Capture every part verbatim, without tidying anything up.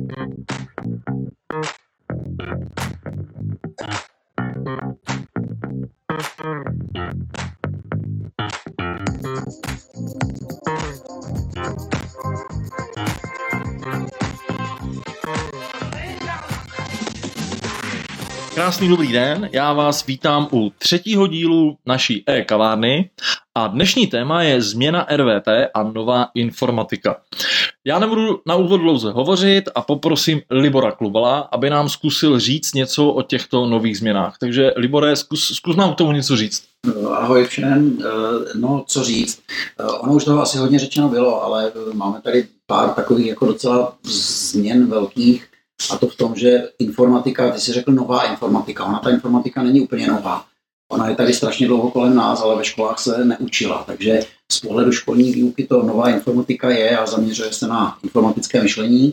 Krásný dobrý den, já vás vítám u třetího dílu naší e-kavárny a dnešní téma je změna R V P a nová informatika. Já nebudu na úvod dlouze hovořit a poprosím Libora Klubala, aby nám zkusil říct něco o těchto nových změnách. Takže Libore, zkus, zkus nám k tomu něco říct. Ahoj všem, no co říct, ono už toho asi hodně řečeno bylo, ale máme tady pár takových jako docela změn velkých. A to v tom, že informatika, ty jsi řekl nová informatika, ona ta informatika není úplně nová. Ona je tady strašně dlouho kolem nás, ale ve školách se neučila. Takže z pohledu školní výuky to nová informatika je a zaměřuje se na informatické myšlení.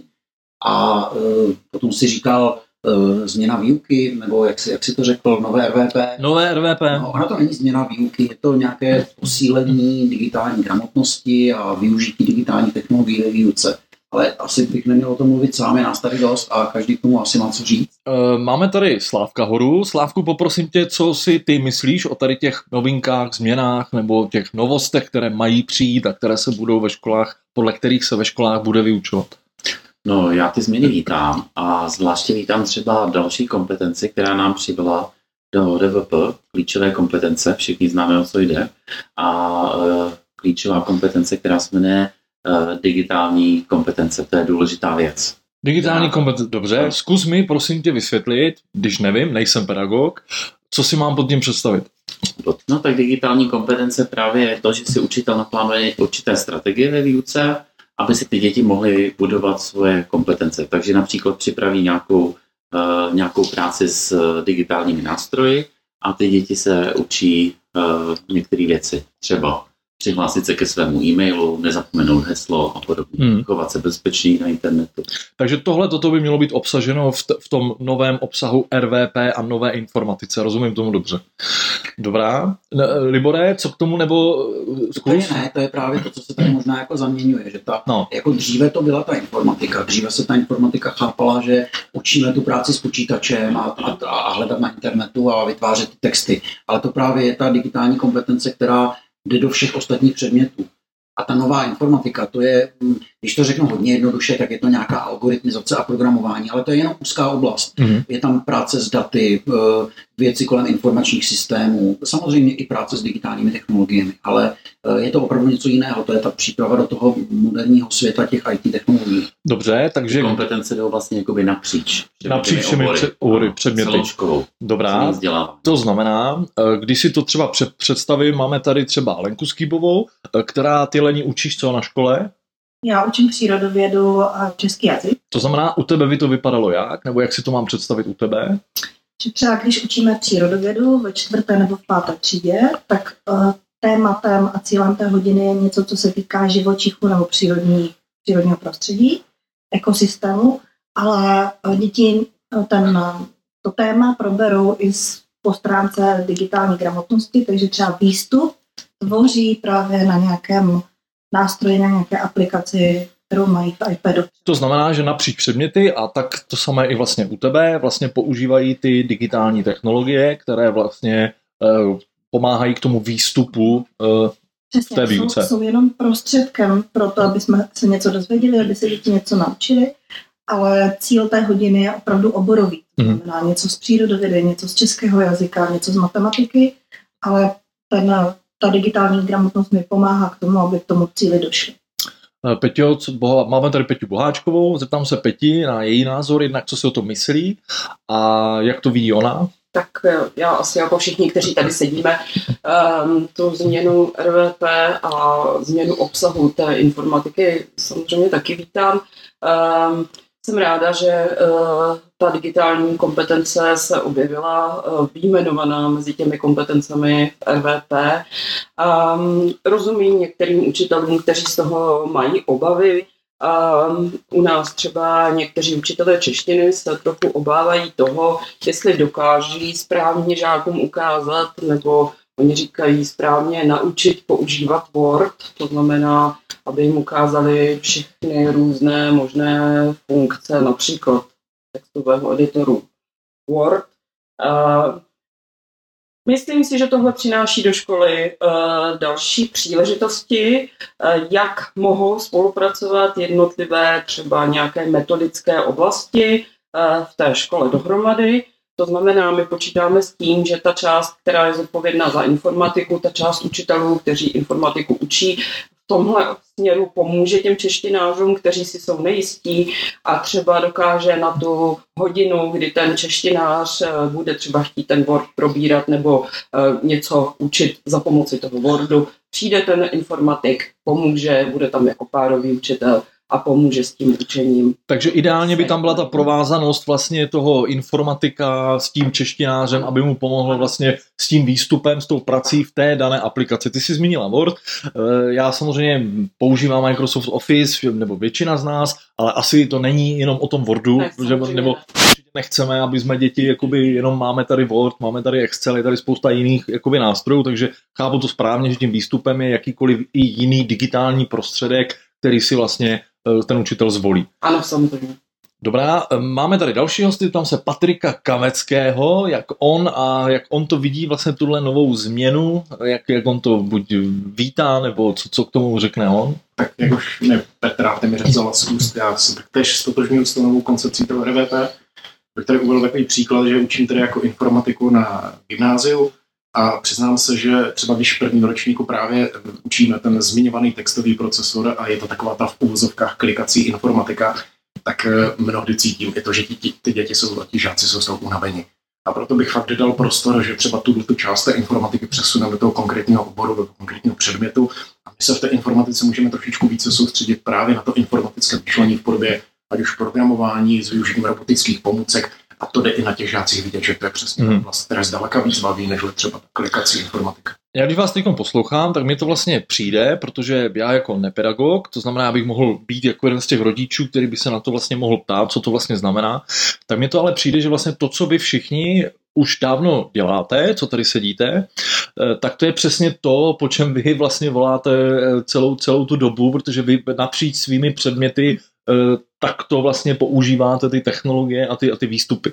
A e, potom si říkal e, změna výuky, nebo jak jsi, jak jsi to řekl, nové R V P. Nové R V P. No, ona to není změna výuky, je to nějaké posílení digitální gramotnosti a využití digitální technologií ve výuce. Ale asi bych neměl o tom mluvit sám, je nás tady dost a každý k tomu asi má co říct. Máme tady Slávka Horu. Slávku, poprosím tě, co si ty myslíš o tady těch novinkách, změnách nebo těch novostech, které mají přijít a které se budou ve školách, podle kterých se ve školách bude vyučovat? No, já ty změny vítám a zvláště vítám třeba další kompetenci, která nám přibyla do D V P, klíčové kompetence, všichni známe, o co jde, a e, klíčová kompetence, která se jmenuje digitální kompetence, to je důležitá věc. Digitální kompetence, dobře. Zkus mi, prosím tě, vysvětlit, když nevím, nejsem pedagog, co si mám pod tím představit? No tak digitální kompetence právě je to, že si učitel naplánuje určité strategie ve výuce, aby si ty děti mohly budovat svoje kompetence. Takže například připraví nějakou, uh, nějakou práci s digitálními nástroji a ty děti se učí uh, některé věci. Třeba přihlásit se ke svému e-mailu, nezapomenout heslo a podobně. Hmm. Chovat se bezpečný na internetu. Takže tohle toto by mělo být obsaženo v, t- v tom novém obsahu R V P a nové informatice. Rozumím tomu dobře. Dobrá. Libore, co k tomu nebo zkus? Ne, to je právě to, co se tady možná jako zaměňuje. Že ta, no. Jako dříve to byla ta informatika. Dříve se ta informatika chápala, že učíme tu práci s počítačem a, a, a hledat na internetu a vytvářet ty texty. Ale to právě je ta digitální kompetence, která jde do všech ostatních předmětů. A ta nová informatika, to je, když to řeknu hodně jednoduše, tak je to nějaká algoritmizace a programování, ale to je jenom úzká oblast. Mm-hmm. Je tam práce s daty, věci kolem informačních systémů, samozřejmě i práce s digitálními technologiemi, ale je to opravdu něco jiného, to je ta příprava do toho moderního světa těch I T technologií. Dobře, takže... Kompetence jdou vlastně jakoby napříč. Napříč všemi obory, předměty. Dobrá, to znamená, když si to třeba představím, máme tady třeba Lenku Skýbovou, která ty Leni učíš co na škole? Já učím přírodovědu a český jazyk. To znamená, u tebe by to vypadalo jak? Nebo jak si to mám představit u tebe? Že třeba když učíme přírodovědu ve čtvrté nebo v páté třídě, tak uh, tématem a cílem té hodiny je něco, co se týká živočichů nebo přírodní, přírodního prostředí, ekosystému, ale uh, děti uh, ten, uh, to téma proberou i z, po stránce digitální gramotnosti, takže třeba výstup tvoří právě na nějakém nástroji, na nějaké aplikaci, kterou mají v iPadu. To znamená, že napříč předměty, a tak to samé i vlastně u tebe, vlastně používají ty digitální technologie, které vlastně uh, pomáhají k tomu výstupu uh, v té výuce. Jsou, jsou jenom prostředkem pro to, aby jsme se něco dozvěděli, aby se děti něco naučili, ale cíl té hodiny je opravdu oborový. To znamená mm. něco z přírodovědy, něco z českého jazyka, něco z matematiky, ale ten ta digitální gramotnost mi pomáhá k tomu, aby k tomu cíli došli. Peťo, co, boha, máme tady Peťu Boháčkovou, zeptám se Peti na její názor, jednak co si o tom myslí a jak to vidí ona. Tak já asi jako všichni, kteří tady sedíme, um, tu změnu R V P a změnu obsahu té informatiky samozřejmě taky vítám. Um, Jsem ráda, že uh, ta digitální kompetence se objevila uh, vyjmenovaná mezi těmi kompetencemi v R V P. Um, rozumím některým učitelům, kteří z toho mají obavy. Um, u nás třeba někteří učitelé češtiny se trochu obávají toho, jestli dokáží správně žákům ukázat nebo oni říkají správně naučit používat Word, to znamená, aby jim ukázali všechny různé možné funkce, například textového editoru Word. Uh, myslím si, že tohle přináší do školy uh, další příležitosti, uh, jak mohou spolupracovat jednotlivé třeba nějaké metodické oblasti uh, v té škole dohromady. To znamená, my počítáme s tím, že ta část, která je zodpovědná za informatiku, ta část učitelů, kteří informatiku učí, v tomhle směru pomůže těm češtinářům, kteří si jsou nejistí a třeba dokáže na tu hodinu, kdy ten češtinář bude třeba chtít ten Word probírat nebo něco učit za pomoci toho Wordu, přijde ten informatik, pomůže, bude tam jako párový učitel a pomůže s tím učením. Takže ideálně by tam byla ta provázanost vlastně toho informatika s tím češtinářem, aby mu pomohlo vlastně s tím výstupem, s tou prací v té dané aplikaci. Ty jsi zmínila Word, já samozřejmě používám Microsoft Office, nebo většina z nás, ale asi to není jenom o tom Wordu, ne, že, nebo určitě nechceme, aby jsme děti, jakoby jenom máme tady Word, máme tady Excel, je tady spousta jiných jakoby nástrojů, takže chápu to správně, že tím výstupem je jakýkoliv i jiný digitální prostředek, který si vlastně ten učitel zvolí. Ano, samozřejmě. Dobrá, máme tady další hosty, tam se Patrika Kaveckého, jak on a jak on to vidí vlastně tuhle novou změnu, jak, jak on to buď vítá, nebo co, co k tomu řekne on? Tak jak už mě Petra téměř vzala z úst, já se taktéž stotožňuji s tou novou koncepcí toho R V P, bych tady uvedl takový příklad, že učím tady jako informatiku na gymnáziu a přiznám se, že třeba když v prvním ročníku právě učíme ten zmiňovaný textový procesor a je to taková ta v uvozovkách klikací informatika, tak mnohdy cítím i to, že ty, ty děti jsou, ti žáci jsou z toho unaveni. A proto bych fakt dal prostor, že třeba tu, tu část té informatiky přesuneme do toho konkrétního oboru, do toho konkrétního předmětu a my se v té informatice můžeme trošičku více soustředit právě na to informatické myšlení v podobě ať už programování s využitím robotických pomůcek. A to jde i na těch žácích vidět, že to je přesně hmm. oblast, která zdaleka víc baví, než třeba klikací informatika. Já když vás teď poslouchám, tak mi to vlastně přijde, protože já jako nepedagog, to znamená, abych mohl být jako jeden z těch rodičů, který by se na to vlastně mohl ptát, co to vlastně znamená, tak mi to ale přijde, že vlastně to, co vy všichni už dávno děláte, co tady sedíte, tak to je přesně to, po čem vy vlastně voláte celou, celou tu dobu, protože vy napříč svými předměty tak to vlastně používáte ty technologie a ty, a ty výstupy.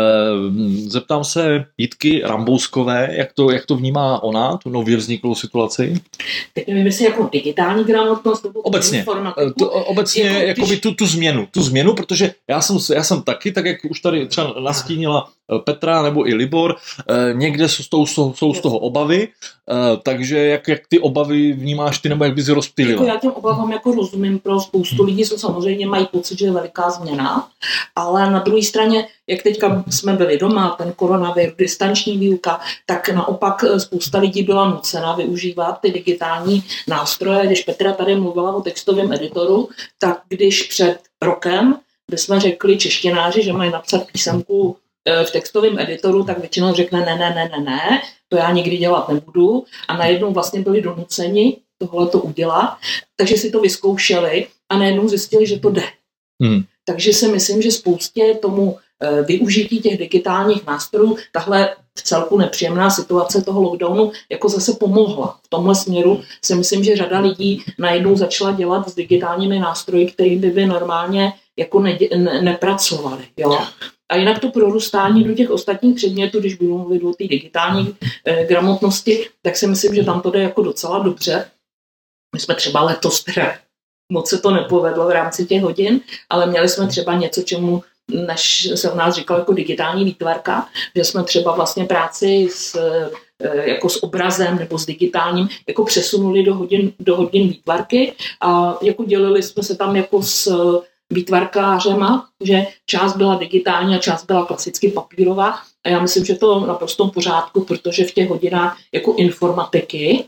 Zeptám se Jitky Rambouskové, jak to, jak to vnímá ona, tu nově vzniklou situaci? Teď nevím, jestli jako digitální gramotnost nebo obecně, to, obecně jako, jakoby když... tu, tu změnu, tu změnu, protože já jsem, já jsem taky, tak jak už tady třeba nastínila Petra nebo i Libor, někde jsou, jsou, jsou z toho obavy, takže jak, jak ty obavy vnímáš ty, nebo jak bys je rozptýlila? Jako já těm obavám jako rozumím, pro spoustu lidí jsou samozřejmě mají pocit, že je veliká změna, ale na druhé straně, jak teďka jsme byli doma, ten koronavir, distanční výuka, tak naopak spousta lidí byla nucena využívat ty digitální nástroje. Když Petra tady mluvila o textovém editoru, tak když před rokem, kdy jsme řekli češtináři, že mají napsat písemku v textovém editoru, tak většinou řekne ne, ne, ne, ne, ne, to já nikdy dělat nebudu a najednou vlastně byli donuceni tohle to udělat, takže si to vyzkoušeli a najednou zjistili, že to jde. Hmm. Takže si myslím, že spoustě tomu e, využití těch digitálních nástrojů tahle v celku nepříjemná situace toho lockdownu jako zase pomohla. V tomhle směru si myslím, že řada lidí najednou začala dělat s digitálními nástroji, kterými by normálně jako ne, ne, nepracovali. Jo? A jinak to prorůstání do těch ostatních předmětů, když budu mluvit o té digitální e, gramotnosti, tak si myslím, že tam to jde jako docela dobře. My jsme třeba letos teda moc se to nepovedlo v rámci těch hodin, ale měli jsme třeba něco, čemu než se u nás říkalo jako digitální výtvarka, že jsme třeba vlastně práci s, jako s obrazem nebo s digitálním jako přesunuli do hodin, do hodin výtvarky a jako dělili jsme se tam jako s výtvarkářema, že část byla digitální a část byla klasicky papírová a já myslím, že to naprosto v pořádku, protože v těch hodinách jako informatiky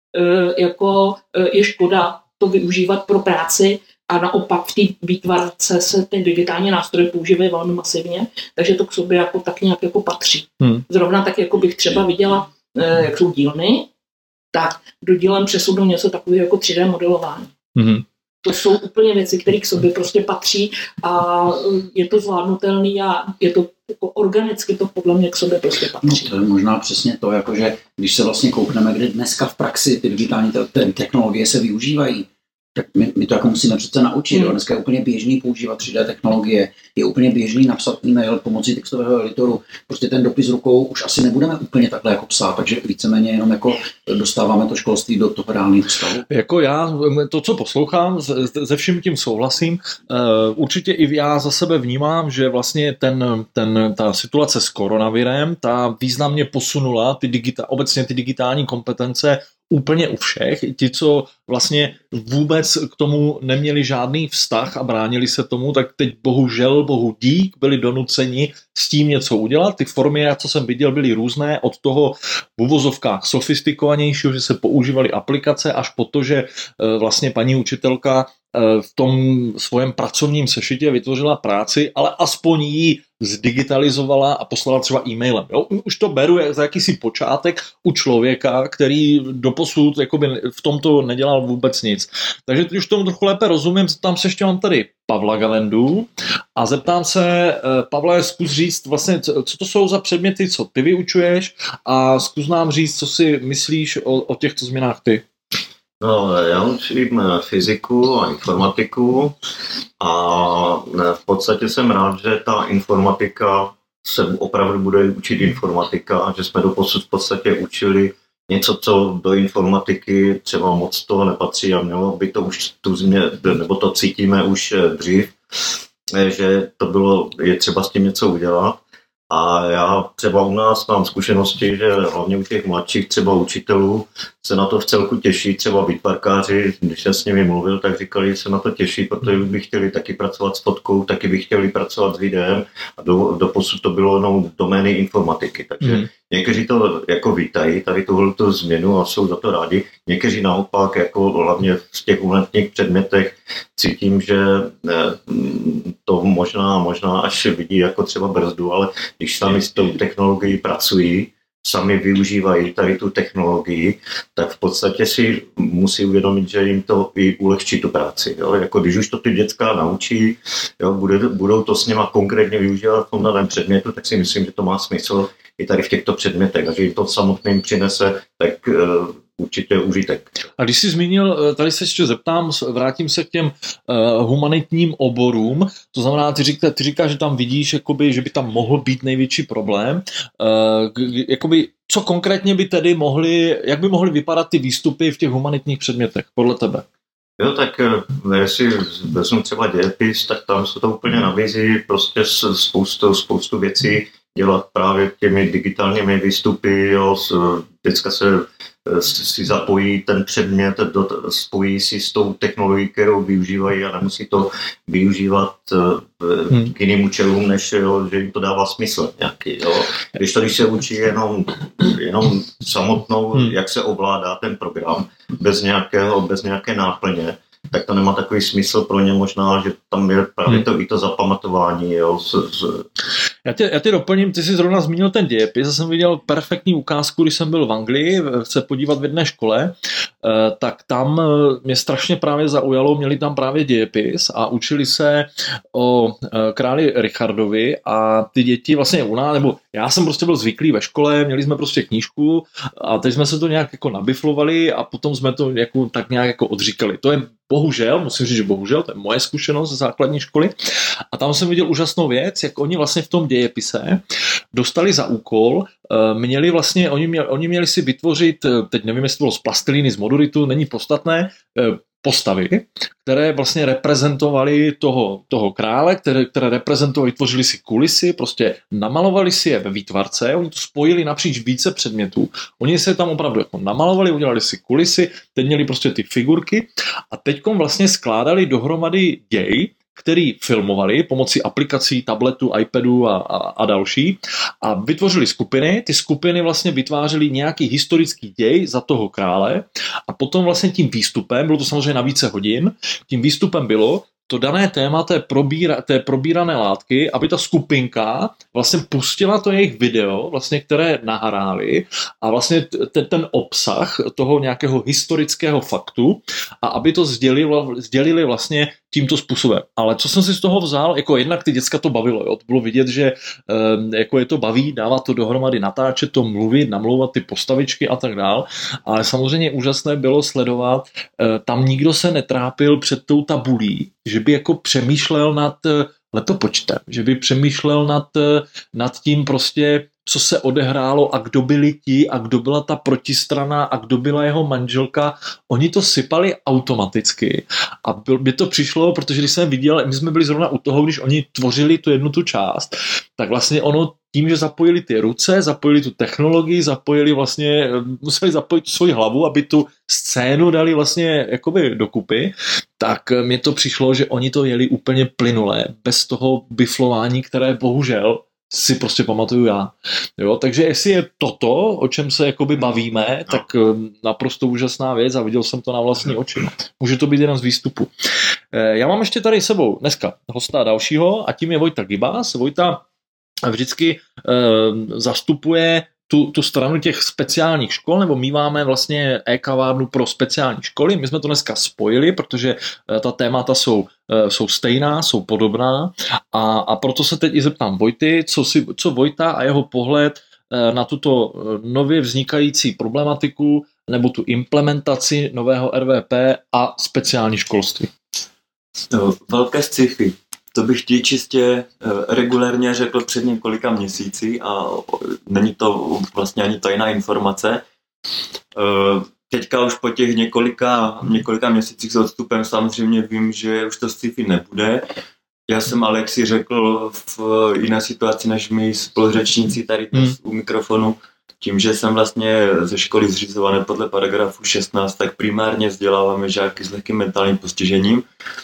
jako je škoda to využívat pro práci a naopak v té výtvarce se ty digitální nástroje používají velmi masivně, takže to k sobě jako tak nějak jako patří. Hmm. Zrovna tak, jako bych třeba viděla, jak jsou dílny, tak do dílen přesunu něco takového jako tři dé modelování. Hmm. To jsou úplně věci, které k sobě prostě patří a je to zvládnutelný a je to jako organicky to podle mě k sobě prostě patří. No, to je možná přesně to, jakože když se vlastně koukneme, kde dneska v praxi ty digitální te- technologie se využívají, tak my, my to jako musíme přece naučit. Mm. Dneska je úplně běžný používat tři dé technologie, je úplně běžný napsat e-mail pomocí textového editoru. Prostě ten dopis rukou už asi nebudeme úplně takhle jako psát, takže víceméně jenom jako dostáváme to školství do toho reálného stavu. Jako já, to, co poslouchám, se vším tím souhlasím. Určitě i já za sebe vnímám, že vlastně ten, ten, ta situace s koronavirem, ta významně posunula ty digita, obecně ty digitální kompetence úplně u všech. I ti, co vlastně vůbec k tomu neměli žádný vztah a bránili se tomu, tak teď bohužel, bohu dík, byli donuceni s tím něco udělat. Ty formy, co jsem viděl, byly různé, od toho v uvozovkách sofistikovanějšího, že se používaly aplikace, až po to, že vlastně paní učitelka v tom svém pracovním sešitě vytvořila práci, ale aspoň ji zdigitalizovala a poslala třeba e-mailem. Jo? Už to beru za jakýsi počátek u člověka, který doposud jakoby v tomto nedělal vůbec nic. Takže teď už tomu trochu lépe rozumím. Zeptám se ještě mám tady Pavla Gavendu a zeptám se, Pavle, zkus říct vlastně, co to jsou za předměty, co ty vyučuješ a zkus nám říct, co si myslíš o, o těchto změnách ty. No, já učím fyziku a informatiku a v podstatě jsem rád, že ta informatika se opravdu bude učit informatika, že jsme doposud v podstatě učili něco, co do informatiky třeba moc toho nepatří a mělo by to už tu změnu, nebo to cítíme už dřív, že to bylo, je třeba s tím něco udělat. A já třeba u nás mám zkušenosti, že hlavně u těch mladších třeba učitelů se na to v celku těší, třeba výtvarkáři, když jsem s nimi mluvil, tak říkali, že se na to těší, protože by chtěli taky pracovat s fotkou, taky by chtěli pracovat s videem a do, doposud to bylo jenom domény informatiky. Takže mm. někteří to jako vítají, tady tuhletu změnu a jsou za to rádi. Někteří naopak, jako hlavně v těch uměleckých předmětech, cítím, že to možná, možná až vidí jako třeba brzdu, ale když sami s tou technologií pracují, sami využívají tady tu technologii, tak v podstatě si musí uvědomit, že jim to i ulehčí tu práci. Jo? Jako když už to ty děcka naučí, jo, bude, budou to s nima konkrétně využívat v tom daném předmětu, tak si myslím, že to má smysl i tady v těchto předmětech. A že jim to samotným přinese, tak uh, určitě užitek. A když jsi zmínil, tady se ještě zeptám, vrátím se k těm uh, humanitním oborům, to znamená, ty, říká, ty říkáš, že tam vidíš, jakoby, že by tam mohl být největší problém. Uh, jakoby, co konkrétně by tedy mohly, jak by mohly vypadat ty výstupy v těch humanitních předmětech, podle tebe? Jo, tak jestli vezmu třeba dějepis, tak tam se to úplně nabízí prostě spoustu, spoustu věcí dělat právě těmi digitálními výstupy, jo, teďka se si zapojí ten předmět, do, spojí si s tou technologií, kterou využívají a nemusí to využívat hmm. k jiným účelům, než jo, že jim to dává smysl nějaký. Jo. Když to, když se učí jenom, jenom samotnou, hmm. jak se ovládá ten program, bez, nějakého, bez nějaké náplně, tak to nemá takový smysl pro ně možná, že tam je právě to, i to zapamatování. Jo, z, z... Já, tě, já tě doplním, ty jsi zrovna zmínil ten dějepis, já jsem viděl perfektní ukázku, když jsem byl v Anglii, se podívat v jedné škole, tak tam mě strašně právě zaujalo, měli tam právě dějepis a učili se o králi Richardovi a ty děti vlastně u nás, nebo já jsem prostě byl zvyklý ve škole, měli jsme prostě knížku a teď jsme se to nějak jako nabiflovali a potom jsme to jako, tak nějak jako odříkali. To je bohužel, musím říct, že bohužel, to je moje zkušenost ze základní školy. A tam jsem viděl úžasnou věc, jak oni vlastně v tom dějepise dostali za úkol, měli vlastně, oni měli, oni měli si vytvořit, teď nevím, jestli to bylo z plastilíny, z moduritu, není podstatné, postavy, které vlastně reprezentovaly toho, toho krále, které, které reprezentovaly, tvořili si kulisy, prostě namalovali si je ve výtvarce, oni to spojili napříč více předmětů, oni se tam opravdu jako namalovali, udělali si kulisy, teď měli prostě ty figurky a teďkom vlastně skládali dohromady děj, který filmovali pomocí aplikací, tabletu, iPadu a, a, a další a vytvořili skupiny. Ty skupiny vlastně vytvářely nějaký historický děj za toho krále a potom vlastně tím výstupem, bylo to samozřejmě na více hodin, tím výstupem bylo, to dané téma té, probíra, té probírané látky, aby ta skupinka vlastně pustila to jejich video, vlastně, které nahráli a vlastně ten, ten obsah toho nějakého historického faktu a aby to sdělili, sdělili vlastně tímto způsobem. Ale co jsem si z toho vzal, jako jednak ty děcka to bavilo, jo? To bylo vidět, že e, jako je to baví, dávat to dohromady, natáčet to, mluvit, namlouvat ty postavičky a tak dál, ale samozřejmě úžasné bylo sledovat, e, tam nikdo se netrápil před tou tabulí, že by jako přemýšlel nad letopočtem, že by přemýšlel nad, nad tím prostě, co se odehrálo a kdo byli ti a kdo byla ta protistrana a kdo byla jeho manželka. Oni to sypali automaticky a byl, by to přišlo, protože když jsem viděl, my jsme byli zrovna u toho, když oni tvořili tu jednu tu část, tak vlastně ono tím, že zapojili ty ruce, zapojili tu technologii, zapojili vlastně, museli zapojit svoji hlavu, aby tu scénu dali vlastně jakoby dokupy, tak mi to přišlo, že oni to jeli úplně plynulé, bez toho biflování, které bohužel si prostě pamatuju já. Jo, takže jestli je toto, o čem se jakoby bavíme, tak naprosto úžasná věc a viděl jsem to na vlastní oči. Může to být jeden z výstupů. Já mám ještě tady sebou dneska hosta dalšího a tím je Vojta Gibas. Vojta vždycky eh, zastupuje tu, tu stranu těch speciálních škol, nebo míváme vlastně e-kavárnu pro speciální školy. My jsme to dneska spojili, protože eh, ta témata jsou, eh, jsou stejná, jsou podobná a, a proto se teď i zeptám Vojty, co, si, co Vojta a jeho pohled eh, na tuto nově vznikající problematiku nebo tu implementaci nového R V P a speciální školství. No, velké sci-fi. To bych ti čistě regulérně řekl před několika měsíci a není to vlastně ani tajná informace. Teďka už po těch několika, několika měsících s odstupem samozřejmě vím, že už to sci-fi nebude. Já jsem Alexi řekl v jiné situaci než my spoluřečníci tady hmm. u mikrofonu, tím, že jsem vlastně ze školy zřizované podle paragrafu šestnáct, tak primárně vzděláváme žáky s lehkým mentálním postižením.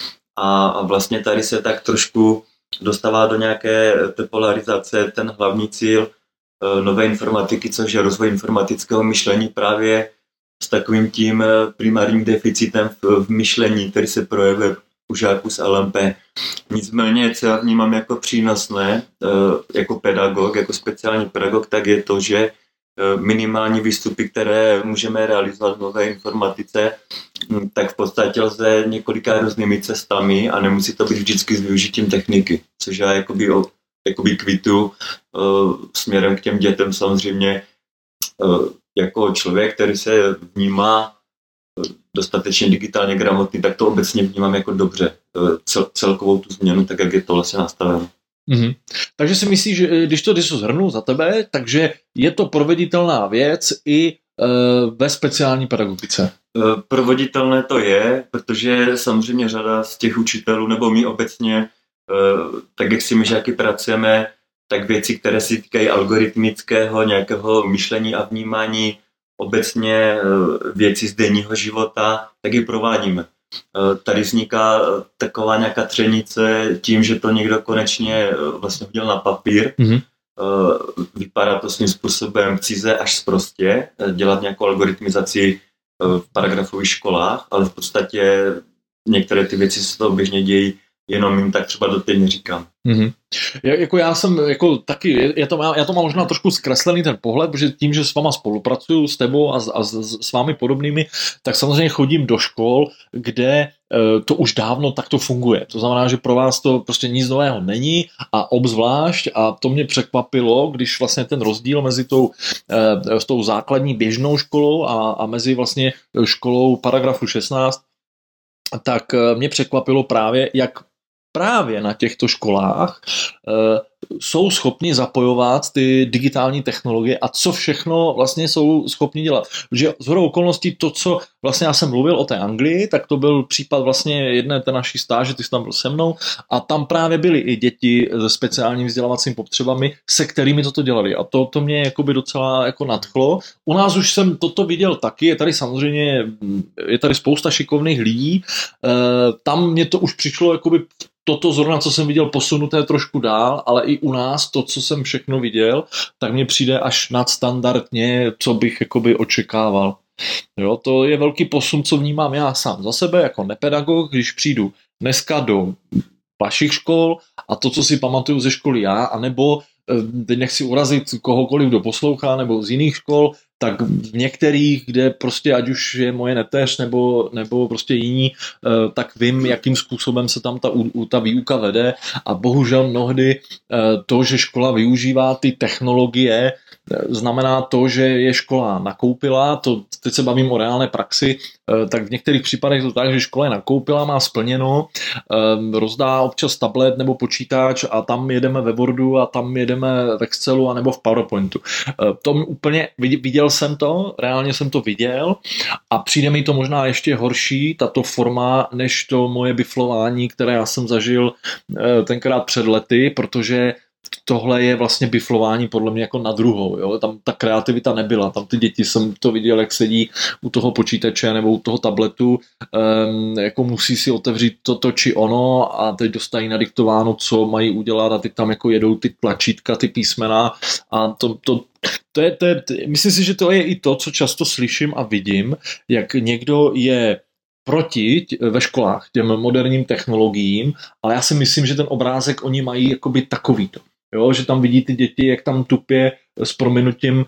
A vlastně tady se tak trošku dostává do nějaké té polarizace ten hlavní cíl nové informatiky, což je rozvoj informatického myšlení právě s takovým tím primárním deficitem v myšlení, který se projevuje u žáků z L M P. Nicméně, co já vnímám jako přínosné, jako pedagog, jako speciální pedagog, tak je to, že minimální výstupy, které můžeme realizovat v nové informatice, tak v podstatě lze několika různými cestami a nemusí to být vždycky s využitím techniky, což já jakoby, jakoby kvitu uh, směrem k těm dětem samozřejmě uh, jako člověk, který se vnímá dostatečně digitálně gramotný, tak to obecně vnímám jako dobře, cel, celkovou tu změnu, tak jak je to vlastně nastaveno. Mm-hmm. Takže si myslíš, že když to, když to zhrnu za tebe, takže je to proveditelná věc i e, ve speciální pedagogice? E, proveditelné to je, protože samozřejmě řada z těch učitelů, nebo my obecně, e, tak jak si my žáky pracujeme, tak věci, které se týkají algoritmického nějakého myšlení a vnímání, obecně e, věci z denního života, tak ji provádíme. Tady vzniká taková nějaká třenice tím, že to někdo konečně vlastně hodil na papír. Mm-hmm. Vypadá to svým způsobem cize až sprostě, dělat nějakou algoritmizaci v paragrafových školách, ale v podstatě některé ty věci se toho běžně dějí, jenom jim tak třeba doteď neříkám. Mm-hmm. Já, jako já jsem jako taky, já to, mám, já to mám možná trošku zkreslený ten pohled, protože tím, že s váma spolupracuju, s tebou a, a s, s vámi podobnými, tak samozřejmě chodím do škol, kde e, to už dávno takto funguje. To znamená, že pro vás to prostě nic nového není a obzvlášť, a to mě překvapilo, když vlastně ten rozdíl mezi tou, e, s tou základní běžnou školou a, a mezi vlastně školou paragrafu šestnáct, tak mě překvapilo právě, jak právě na těchto školách e, jsou schopni zapojovat ty digitální technologie a co všechno vlastně jsou schopni dělat. Protože shodou okolností to, co vlastně já jsem mluvil o té Anglii, tak to byl případ vlastně jedné té naší stáže, ty jsi tam byl se mnou a tam právě byly i děti se speciálními vzdělávacími potřebami, se kterými toto dělali a to, to mě jakoby docela jako nadchlo. U nás už jsem toto viděl taky, je tady samozřejmě, je tady spousta šikovných lidí, e, tam mě to už přišlo jakoby toto zrovna, co jsem viděl, posunuté trošku dál, ale i u nás to, co jsem všechno viděl, tak mně přijde až nadstandardně, co bych jakoby očekával. Jo, to je velký posun, co vnímám já sám za sebe, jako nepedagog, když přijdu dneska do vašich škol a to, co si pamatuju ze školy já, anebo teď nechci urazit kohokoliv, kdo poslouchá, nebo z jiných škol, tak v některých, kde prostě ať už je moje neteř nebo, nebo prostě jiní, tak vím, jakým způsobem se tam ta, ta výuka vede a bohužel mnohdy to, že škola využívá ty technologie, znamená to, že je škola nakoupila, to teď se bavím o reálné praxi, tak v některých případech to tak, že škola je nakoupila, má splněno, rozdá občas tablet nebo počítač a tam jedeme ve Wordu a tam jedeme v Excelu a nebo v PowerPointu. To úplně, viděl jsem to, reálně jsem to viděl a přijde mi to možná ještě horší, tato forma, než to moje biflování, které já jsem zažil tenkrát před lety, protože tohle je vlastně biflování podle mě jako na druhou. Jo? Tam ta kreativita nebyla. Tam ty děti, jsem to viděl, jak sedí u toho počítače nebo u toho tabletu, um, jako musí si otevřít toto či ono a teď dostají nadiktováno, co mají udělat a teď tam jako jedou ty tlačítka, ty písmena a to, to To je, to je, myslím si, že to je i to, co často slyším a vidím, jak někdo je proti ve školách těm moderním technologiím, ale já si myslím, že ten obrázek oni mají jakoby takovýto. Jo, že tam vidí ty děti, jak tam tupě s prominutím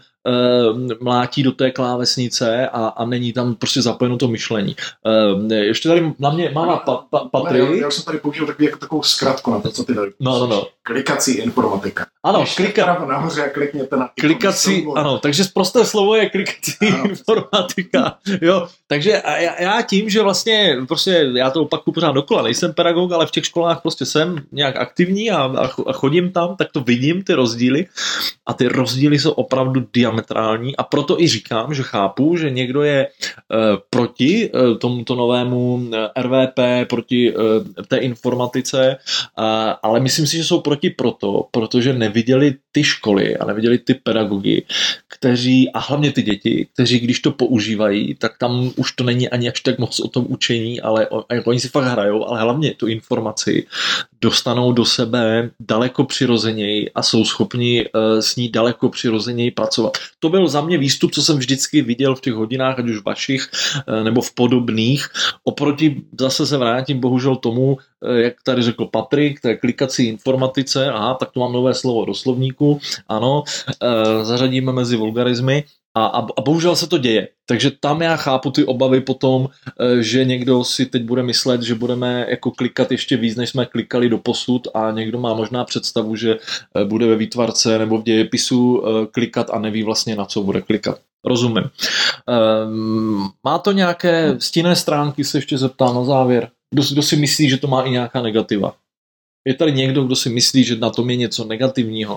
e, mlátí do té klávesnice a, a není tam prostě zapojeno to myšlení. E, ještě tady na mě máma pa, pa, Patrik. Já, já jsem tady použil takový, jako takovou zkratku na to, co ty tady. No, no, no. Klikací informatika. Ano, klika... nahoře a klikněte na klikací, ano, takže prosté slovo je klikací ano, informatika. Jo, takže a já, já tím, že vlastně prostě já to opakuju pořád dokola, nejsem pedagog, ale v těch školách prostě jsem nějak aktivní a, a chodím tam, tak to vidím, ty rozdíly a ty rozdíly jsou opravdu diametrální a proto i říkám, že chápu, že někdo je uh, proti uh, tomuto novému R V P, proti uh, té informatice, uh, ale myslím si, že jsou proti proto, protože neviděli ty školy a neviděli ty pedagogy, kteří, a hlavně ty děti, kteří když to používají, tak tam už to není ani až tak moc o tom učení, ale o, oni si fakt hrajou, ale hlavně tu informaci dostanou do sebe daleko přirozeněji a jsou schopni uh, s ní daleko přirozeněji pracovat. To byl za mě výstup, co jsem vždycky viděl v těch hodinách, ať už vašich uh, nebo v podobných. Oproti, zase se vrátím bohužel tomu, uh, jak tady řekl Patrik, té klikací informatice, aha, tak tu mám nové slovo do slovníku, ano, uh, zařadíme mezi vulgarizmy. A, a, a bohužel se to děje. Takže tam já chápu ty obavy potom, že někdo si teď bude myslet, že budeme jako klikat ještě víc, než jsme klikali do posud a někdo má možná představu, že bude ve výtvarce nebo v dějepisu klikat a neví vlastně, na co bude klikat. Rozumím. Má to nějaké stinné stránky, se ještě zeptám na závěr. Kdo, kdo si myslí, že to má i nějaká negativa? Je tady někdo, kdo si myslí, že na tom je něco negativního?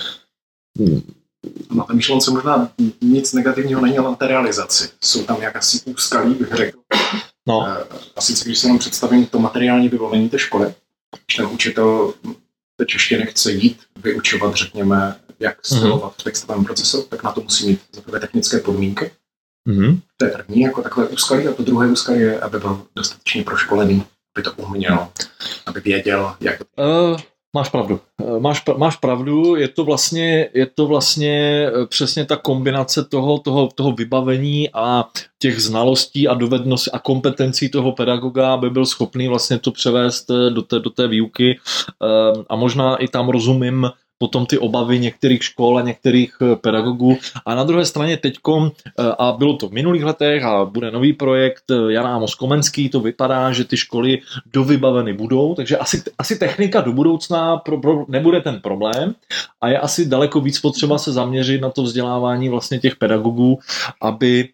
Hmm. Na té myšlence možná nic negativního není, ale na té realizaci. Jsou tam jakási úskalí, bych řekl. No. A sice, když se nám představím to materiální vybavení té školy, když ten učitel teď ještě nechce jít vyučovat, řekněme, jak stylovat v textovém procesu, tak na to musí mít za prvé technické podmínky. Mm-hmm. To je první, jako takové úskalí, a to druhé úskalí je, aby byl dostatečně proškolený, aby to uměl, aby věděl, jak to... Uh... Máš pravdu. Máš, máš pravdu, je to vlastně, je to vlastně přesně ta kombinace toho, toho, toho vybavení a těch znalostí a dovedností a kompetencí toho pedagoga, aby byl schopný vlastně to převést do té, do té výuky. A možná i tam rozumím potom ty obavy některých škol a některých pedagogů. A na druhé straně teďkom, a bylo to v minulých letech a bude nový projekt Jan Amos Komenský, to vypadá, že ty školy dovybaveny budou, takže asi, asi technika do budoucna pro, pro, nebude ten problém a je asi daleko víc potřeba se zaměřit na to vzdělávání vlastně těch pedagogů, aby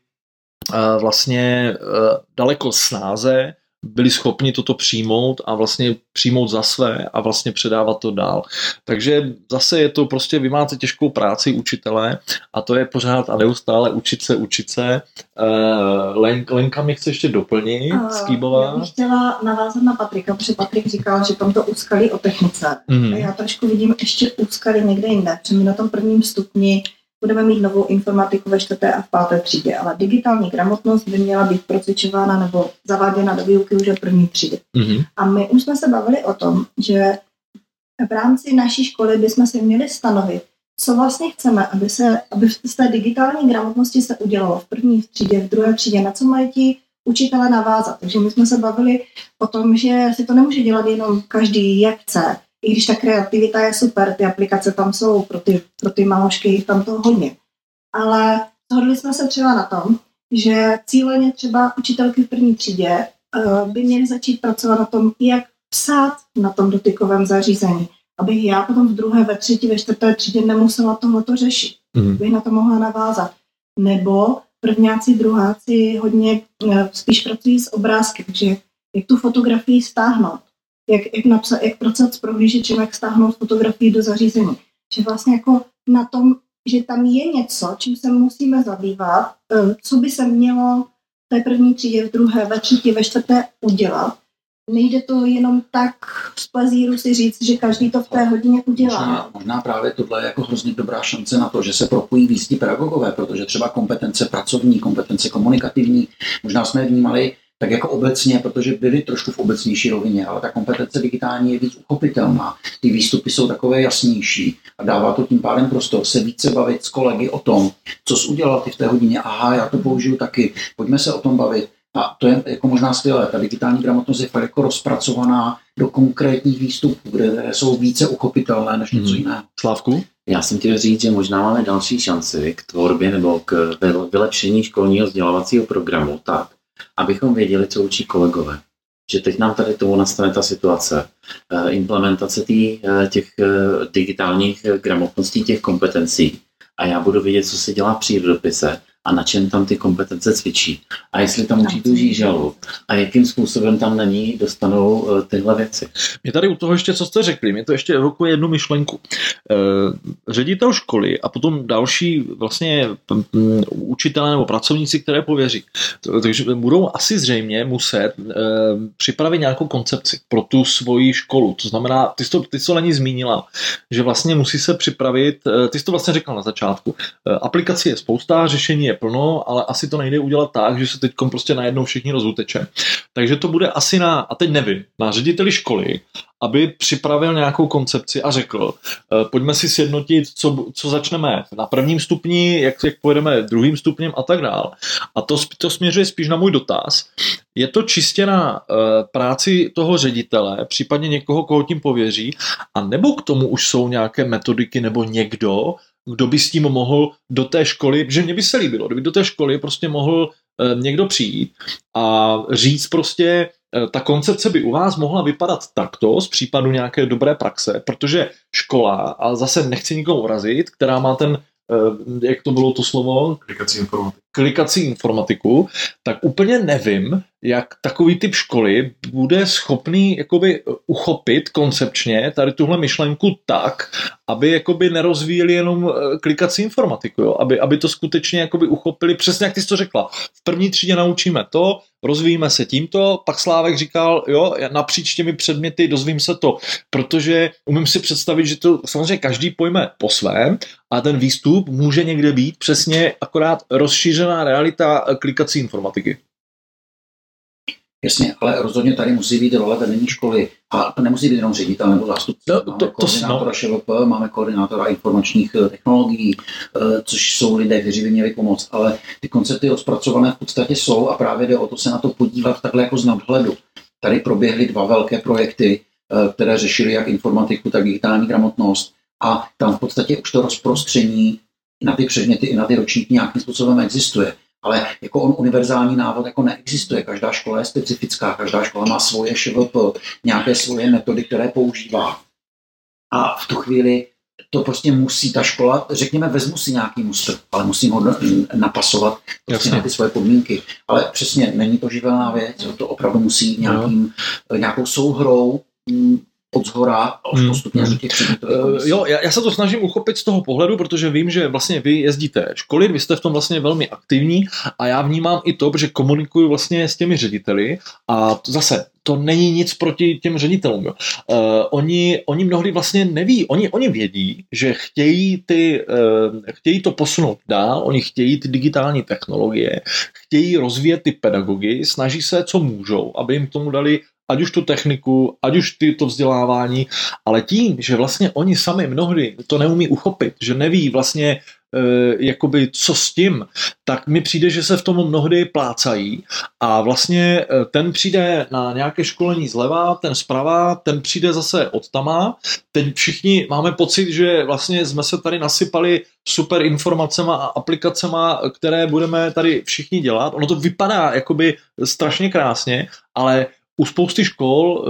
vlastně daleko snáze byli schopni toto přijmout a vlastně přijmout za své a vlastně předávat to dál. Takže zase je to prostě, vy máte těžkou práci učitele a to je pořád a neustále učit se, učit se. Uh, Len, Lenka mi chce ještě doplnit, uh, Skýbová. Já bych chtěla navázat na Patrika, protože Patrik říkal, že tam to úskalí o technice. Mm. A já trošku vidím ještě úskalí někde jinde, protože my na tom prvním stupni budeme mít novou informatiku ve čtvrté a v páté třídě, ale digitální gramotnost by měla být procvičována nebo zaváděna do výuky už v první třídě. Mm-hmm. A my už jsme se bavili o tom, že v rámci naší školy bychom si měli stanovit, co vlastně chceme, aby se aby z té digitální gramotnosti se udělalo v první třídě, v druhé třídě, na co mají ti učitele navázat. Takže my jsme se bavili o tom, že si to nemůže dělat jenom každý, jak chce. I když ta kreativita je super, ty aplikace tam jsou, pro ty, pro ty malošky jich tam toho hodně. Ale shodli jsme se třeba na tom, že cíleně třeba učitelky v první třídě uh, by měly začít pracovat na tom, jak psát na tom dotykovém zařízení, abych já potom v druhé, ve třetí, ve čtvrté třídě nemusela tohleto řešit. Mm. Bych na to mohla navázat. Nebo prvňáci, druháci hodně uh, spíš pracují s obrázky, takže jak tu fotografii stáhnout, jak, jak, napsat, jak pracovat s prohlížečem, jak stáhnout fotografii do zařízení. Že vlastně jako na tom, že tam je něco, čím se musíme zabývat, co by se mělo v té první třídě, v druhé, ve třetí, ve čtvrté udělat. Nejde to jenom tak z plezíru si říct, že každý to v té hodině udělá. Možná, možná právě tohle je jako hrozně dobrá šance na to, že se propojí víc ti pedagogové, protože třeba kompetence pracovní, kompetence komunikativní, možná jsme je vnímali tak jako obecně, protože byly trošku v obecnější rovině, ale ta kompetence digitální je víc uchopitelná. Ty výstupy jsou takové jasnější a dává to tím pádem prostor se více bavit s kolegy o tom, co jsi udělal ty v té hodině, aha, já to použiju taky, pojďme se o tom bavit. A to je jako možná skvělé. Ta digitální gramotnost je fakt jako rozpracovaná do konkrétních výstupů, kde jsou více uchopitelné než něco jiného. Slávku? Já jsem chtěl říct, že možná máme další šanci k tvorbě nebo k vylepšení školního vzdělávacího programu tak, abychom věděli, co učí kolegové. Že teď nám tady tomu nastane ta situace. Implementace tý, těch digitálních gramotností, těch kompetencí. A já budu vědět, co se dělá v přírodopise a na čem tam ty kompetence cvičí. A jestli tam učí tu žížalu a jakým způsobem tam na ní dostanou tyhle věci. Mě tady u toho ještě, co jste řekli, mě to ještě evokuje jednu myšlenku. E, ředitel školy a potom další vlastně učitelé nebo pracovníci, které pověří. Takže budou asi zřejmě muset e, připravit nějakou koncepci pro tu svoji školu. To znamená, ty jsi to, ty jsi to Leni zmínila, že vlastně musí se připravit, ty jsi to vlastně řekla na začátku, e, aplikací je spousta, řešení je plno, ale asi to nejde udělat tak, že se teď prostě najednou všichni rozuteče. Takže to bude asi na, a teď nevím, na řediteli školy, aby připravil nějakou koncepci a řekl, pojďme si sjednotit, co, co začneme na prvním stupni, jak, jak pojedeme druhým stupněm a tak dál. A to, to směřuje spíš na můj dotaz. Je to čistě na uh, práci toho ředitele, případně někoho, koho tím pověří, a nebo k tomu už jsou nějaké metodiky nebo někdo, kdo by s tím mohl do té školy, že mě by se líbilo, kdyby do té školy prostě mohl e, někdo přijít a říct prostě, e, ta koncepce by u vás mohla vypadat takto z případu nějaké dobré praxe, protože škola, a zase nechci nikomu urazit, která má ten, e, jak to bylo to slovo? Klikací informatiku. klikací informatiku, tak úplně nevím, jak takový typ školy bude schopný jakoby uchopit koncepčně tady tuhle myšlenku tak, aby jakoby nerozvíjeli jenom klikací informatiku, jo? Aby, aby to skutečně jakoby uchopili, přesně jak ty jsi to řekla. V první třídě naučíme to, rozvíjíme se tímto, pak Slávek říkal, jo, napříč těmi předměty dozvím se to, protože umím si představit, že to samozřejmě každý pojme po svém a ten výstup může někde být přesně akorát rozšířená realita klikací informatiky. Jasně, ale rozhodně tady musí být role vedení školy. A to nemusí být jenom ředitel nebo zástupce. No, máme to, to, koordinátora no. ŠVP, máme koordinátora informačních technologií, což jsou lidé, kteří by měli pomoct. Ale ty koncepty rozpracované v podstatě jsou a právě jde o to se na to podívat takhle jako z nadhledu. Tady proběhly dva velké projekty, které řešily jak informatiku, tak digitální gramotnost. A tam v podstatě už to rozprostření na ty předměty i na ty ročníky nějakým způsobem existuje. Ale jako on univerzální návod jako neexistuje. Každá škola je specifická, každá škola má svoje ŠVP, nějaké svoje metody, které používá. A v tu chvíli to prostě musí ta škola, řekněme, vezmu si nějaký mustr, ale musím ho napasovat prostě na ty svoje podmínky. Ale přesně, není to živelná věc, to opravdu musí nějakým, nějakou souhrou od zhora až postupně hmm. do těch předmětů. Uh, jo, já, já se to snažím uchopit z toho pohledu, protože vím, že vlastně vy jezdíte školy, vy jste v tom vlastně velmi aktivní a já vnímám i to, že komunikuju vlastně s těmi řediteli a to zase to není nic proti těm ředitelům. Jo. Uh, oni, oni mnohdy vlastně neví, oni, oni vědí, že chtějí, ty, uh, chtějí to posunout dál, oni chtějí ty digitální technologie, chtějí rozvíjet ty pedagogy, snaží se, co můžou, aby jim k tomu dali ať už tu techniku, ať už ty, to vzdělávání, ale tím, že vlastně oni sami mnohdy to neumí uchopit, že neví vlastně jakoby co s tím, tak mi přijde, že se v tom mnohdy plácají a vlastně ten přijde na nějaké školení zleva, ten zprava, ten přijde zase od tama. Teď všichni máme pocit, že vlastně jsme se tady nasypali super informacema a aplikacema, které budeme tady všichni dělat. Ono to vypadá jakoby strašně krásně, ale u spousty škol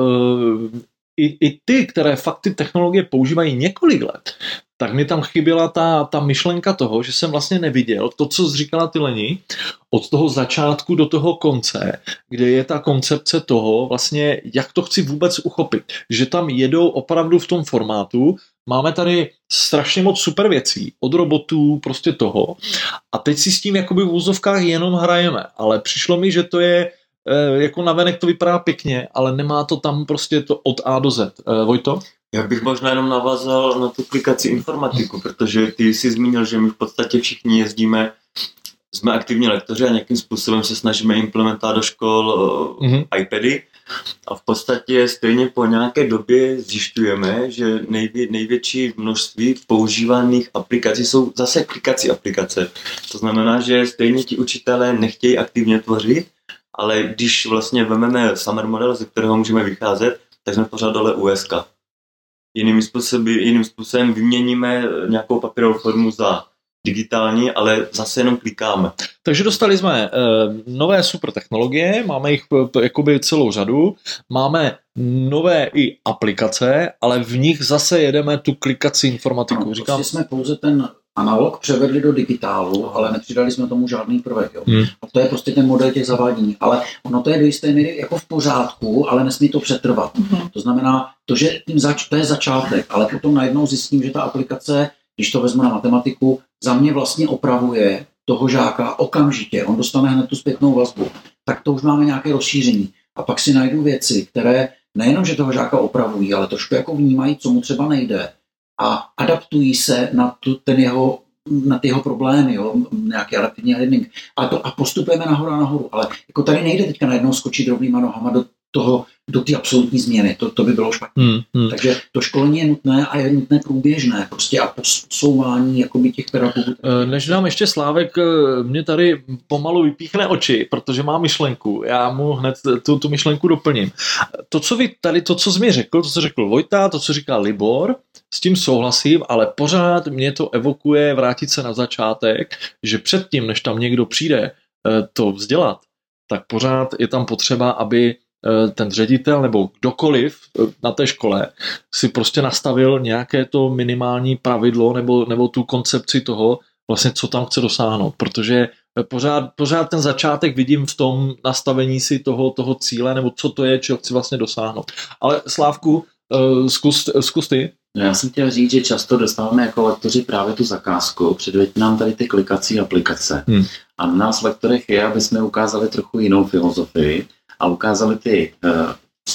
i, i ty, které fakt ty technologie používají několik let, tak mi tam chyběla ta, ta myšlenka toho, že jsem vlastně neviděl to, co jsi říkala ty Leni, od toho začátku do toho konce, kde je ta koncepce toho vlastně, jak to chci vůbec uchopit. Že tam jedou opravdu v tom formátu, máme tady strašně moc super věcí, od robotů, prostě toho, a teď si s tím jakoby v úzovkách jenom hrajeme, ale přišlo mi, že to je jako navenek to vypadá pěkně, ale nemá to tam prostě to od A do Z. Vojto? Já bych možná jenom navázal na tu klikací informatiku, protože ty jsi zmínil, že my v podstatě všichni jezdíme, jsme aktivní lektoři a nějakým způsobem se snažíme implementovat do škol mm-hmm. iPady a v podstatě stejně po nějaké době zjišťujeme, že nejvě, největší množství používaných aplikací jsou zase klikací aplikace. To znamená, že stejně ti učitelé nechtějí aktivně tvořit, ale když vlastně vezmeme summer model, ze kterého můžeme vycházet, tak jsme pořád dole U S K. Jiným způsobem, jiným způsobem vyměníme nějakou papírovou formu za digitální, ale zase jenom klikáme. Takže dostali jsme uh, nové super technologie, máme jich uh, jakoby celou řadu, máme nové i aplikace, ale v nich zase jedeme tu klikací informatiku. No, Říkám, prostě jsme pouze ten analog převedli do digitálu, ale nepřidali jsme tomu žádný prvek. Jo. Hmm. A to je prostě ten model těch zavádění. Ale ono to je do jisté míry jako v pořádku, ale nesmí to přetrvat. Hmm. To znamená, to, že tím zač- to je začátek, ale potom najednou zjistím, že ta aplikace, když to vezmu na matematiku, za mě vlastně opravuje toho žáka okamžitě. On dostane hned tu zpětnou vazbu. Tak to už máme nějaké rozšíření. A pak si najdu věci, které nejenom, že toho žáka opravují, ale trošku jako vnímají, co mu třeba nejde. A adaptují se na, tu, ten jeho, na ty jeho problémy, jo? Nějaký adaptivní learning. A, to, a postupujeme nahoru a nahoru. Ale jako tady nejde teďka najednou skočit rovnýma nohama do toho, do té absolutní změny. To, to by bylo špatně. Hmm, hmm. Takže to školení je nutné a je nutné průběžné. Prostě a posouvání jakoby těch pedagogů. Než dám ještě Slávek, mě tady pomalu vypíchne oči, protože má myšlenku. Já mu hned tu, tu myšlenku doplním. To, co vy tady, to, co jsi mi řekl, to, co řekl Vojta, to, co říká Libor, s tím souhlasím, ale pořád mě to evokuje vrátit se na začátek, že předtím, než tam někdo přijde to vzdělat, tak pořád je tam potřeba, aby ten ředitel nebo kdokoliv na té škole si prostě nastavil nějaké to minimální pravidlo nebo, nebo tu koncepci toho, vlastně co tam chce dosáhnout, protože pořád, pořád ten začátek vidím v tom nastavení si toho, toho cíle nebo co to je, čeho chci vlastně dosáhnout. Ale Slávku, zkus, zkus ty. Já jsem chtěl říct, že často dostáváme jako lektoři právě tu zakázku, předveďte nám tady ty klikací aplikace. Hmm. A na nás lektorech je, aby jsme ukázali trochu jinou filozofii a ukázali ty uh,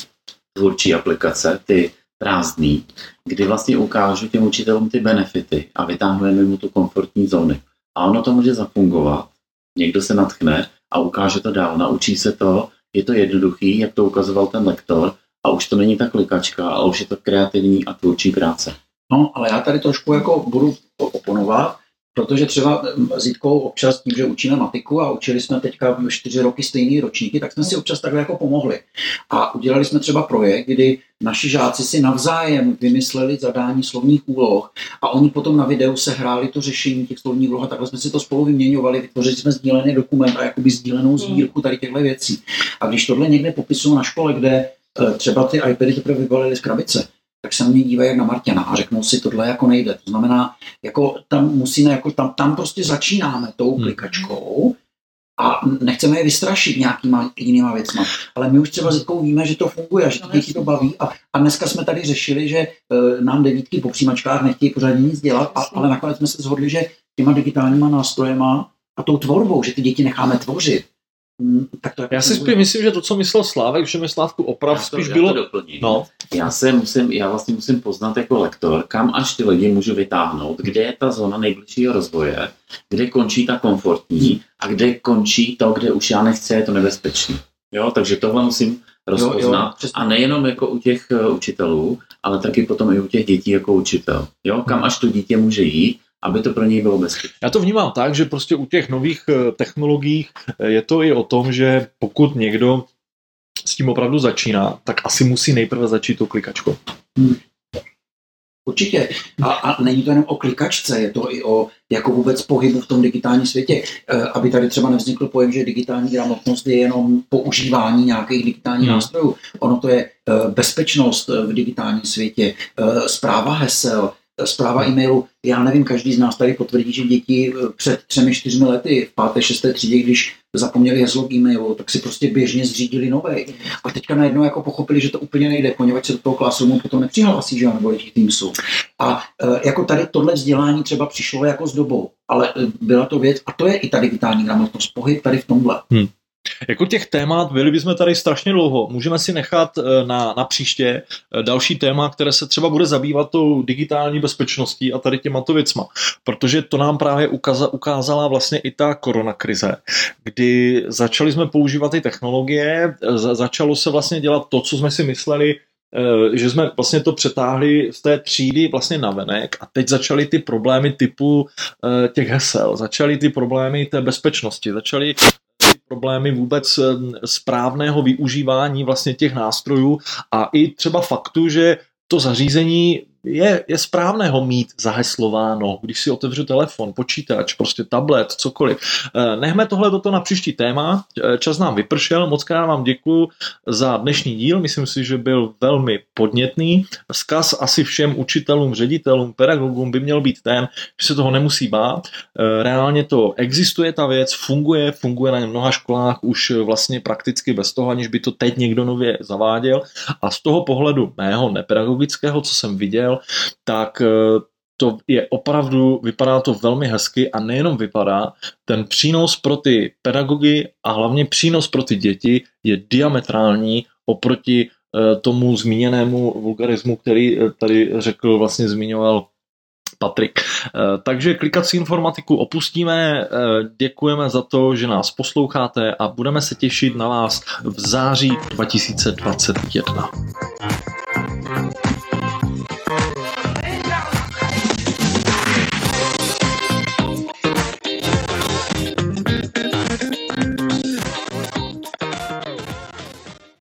tvůrčí aplikace, ty prázdný, kdy vlastně ukážu těm učitelům ty benefity a vytáhneme mu tu komfortní zóny. A ono to může zafungovat, někdo se nadchne a ukáže to dál, naučí se to, je to jednoduchý, jak to ukazoval ten lektor, a už to není ta klikačka, ale už je to kreativní a tvůrčí práce. No, ale já tady trošku jako budu oponovat, protože třeba s Jitkou občas tím, že učíme matiku a učili jsme teďka čtyři roky stejný ročníky, tak jsme si občas takhle jako pomohli. A udělali jsme třeba projekt, kdy naši žáci si navzájem vymysleli zadání slovních úloh a oni potom na videu se hráli to řešení těch slovních úloh a takhle jsme si to spolu vyměňovali, vytvořili jsme sdílený dokument a jakoby sdílenou sbírku tady těchto věcí. A když tohle někde popisují na škole, kde třeba ty iPady teprve vybalili z krabice, tak se na mě dívají jak na Marťana a řeknou si, tohle jako nejde. To znamená, jako tam musíme, jako tam, tam prostě začínáme tou klikačkou a nechceme je vystrašit nějakýma jinýma věcma. Ale my už třeba s Jitkou víme, že to funguje, že ty děti to baví a, a dneska jsme tady řešili, že uh, nám devítky po přijímačkách nechtějí pořádně nic dělat, a, ale nakonec jsme se shodli, že těma digitálníma nástrojema a tou tvorbou, že ty děti necháme tvořit. Tak to já si spíš myslím, že to, co myslel Slávek, že mi Slávku oprav spíš já bylo... To no. Já, se musím, já vlastně musím poznat jako lektor, kam až ty lidi můžu vytáhnout, kde je ta zóna nejbližšího rozvoje, kde končí ta komfortní a kde končí to, kde už já nechci, je to nebezpečný. Jo, takže tohle musím rozpoznat. Jo, jo, a nejenom jako u těch učitelů, ale taky potom i u těch dětí jako učitel. Jo, kam až to dítě může jít, aby to pro něj bylo bezpečné. Já to vnímám tak, že prostě u těch nových technologií je to i o tom, že pokud někdo s tím opravdu začíná, tak asi musí nejprve začít tou klikačkou. Hmm. Určitě. A, a není to jenom o klikačce, je to i o jako vůbec pohybu v tom digitálním světě. E, aby tady třeba nevznikl pojem, že digitální gramotnost je jenom používání nějakých digitálních hmm. nástrojů. Ono to je e, bezpečnost v digitálním světě, e, správa hesel, správa e-mailu. Já nevím, každý z nás tady potvrdí, že děti před třemi, čtyřmi lety v páté, šesté třídě, když zapomněli heslo k e-mailu, tak si prostě běžně zřídili novej. A teďka najednou jako pochopili, že to úplně nejde, poněvadž se do toho Classroomu potom nepřihlásí, že nebo těch Teamsů. A e, jako tady tohle vzdělání třeba přišlo jako s dobou, ale e, byla to věc, a to je i ta digitální gramotnost, pohyb tady v tomhle. Hmm. Jako těch témat byli bychom tady strašně dlouho. Můžeme si nechat na, na příště další téma, které se třeba bude zabývat tou digitální bezpečností a tady těma to věcma. Protože to nám právě ukaza, ukázala vlastně i ta koronakrize, kdy začali jsme používat ty technologie, začalo se vlastně dělat to, co jsme si mysleli, že jsme vlastně to přetáhli z té třídy vlastně navenek a teď začaly ty problémy typu těch hesel, začaly ty problémy té bezpečnosti, začaly problémy vůbec správného využívání vlastně těch nástrojů a i třeba faktu, že to zařízení je, je správné ho mít zaheslováno, když si otevřu telefon, počítač, prostě tablet, cokoliv. Nechme tohle toto na příští téma, čas nám vypršel, moc krát vám děkuju za dnešní díl, myslím si, že byl velmi podnětný. Vzkaz asi všem učitelům, ředitelům, pedagogům by měl být ten, že se toho nemusí bát. Reálně to existuje, ta věc, funguje, funguje na mnoha školách už vlastně prakticky bez toho, aniž by to teď někdo nově zaváděl a z toho pohledu mého nepedagogického, co jsem viděl, tak to je opravdu, vypadá to velmi hezky a nejenom vypadá, ten přínos pro ty pedagogy a hlavně přínos pro ty děti je diametrální oproti tomu zmíněnému vulgarismu, který tady řekl, vlastně zmiňoval Patrik. Takže klikací informatiku opustíme, děkujeme za to, že nás posloucháte a budeme se těšit na vás v září dva tisíce dvacet jedna.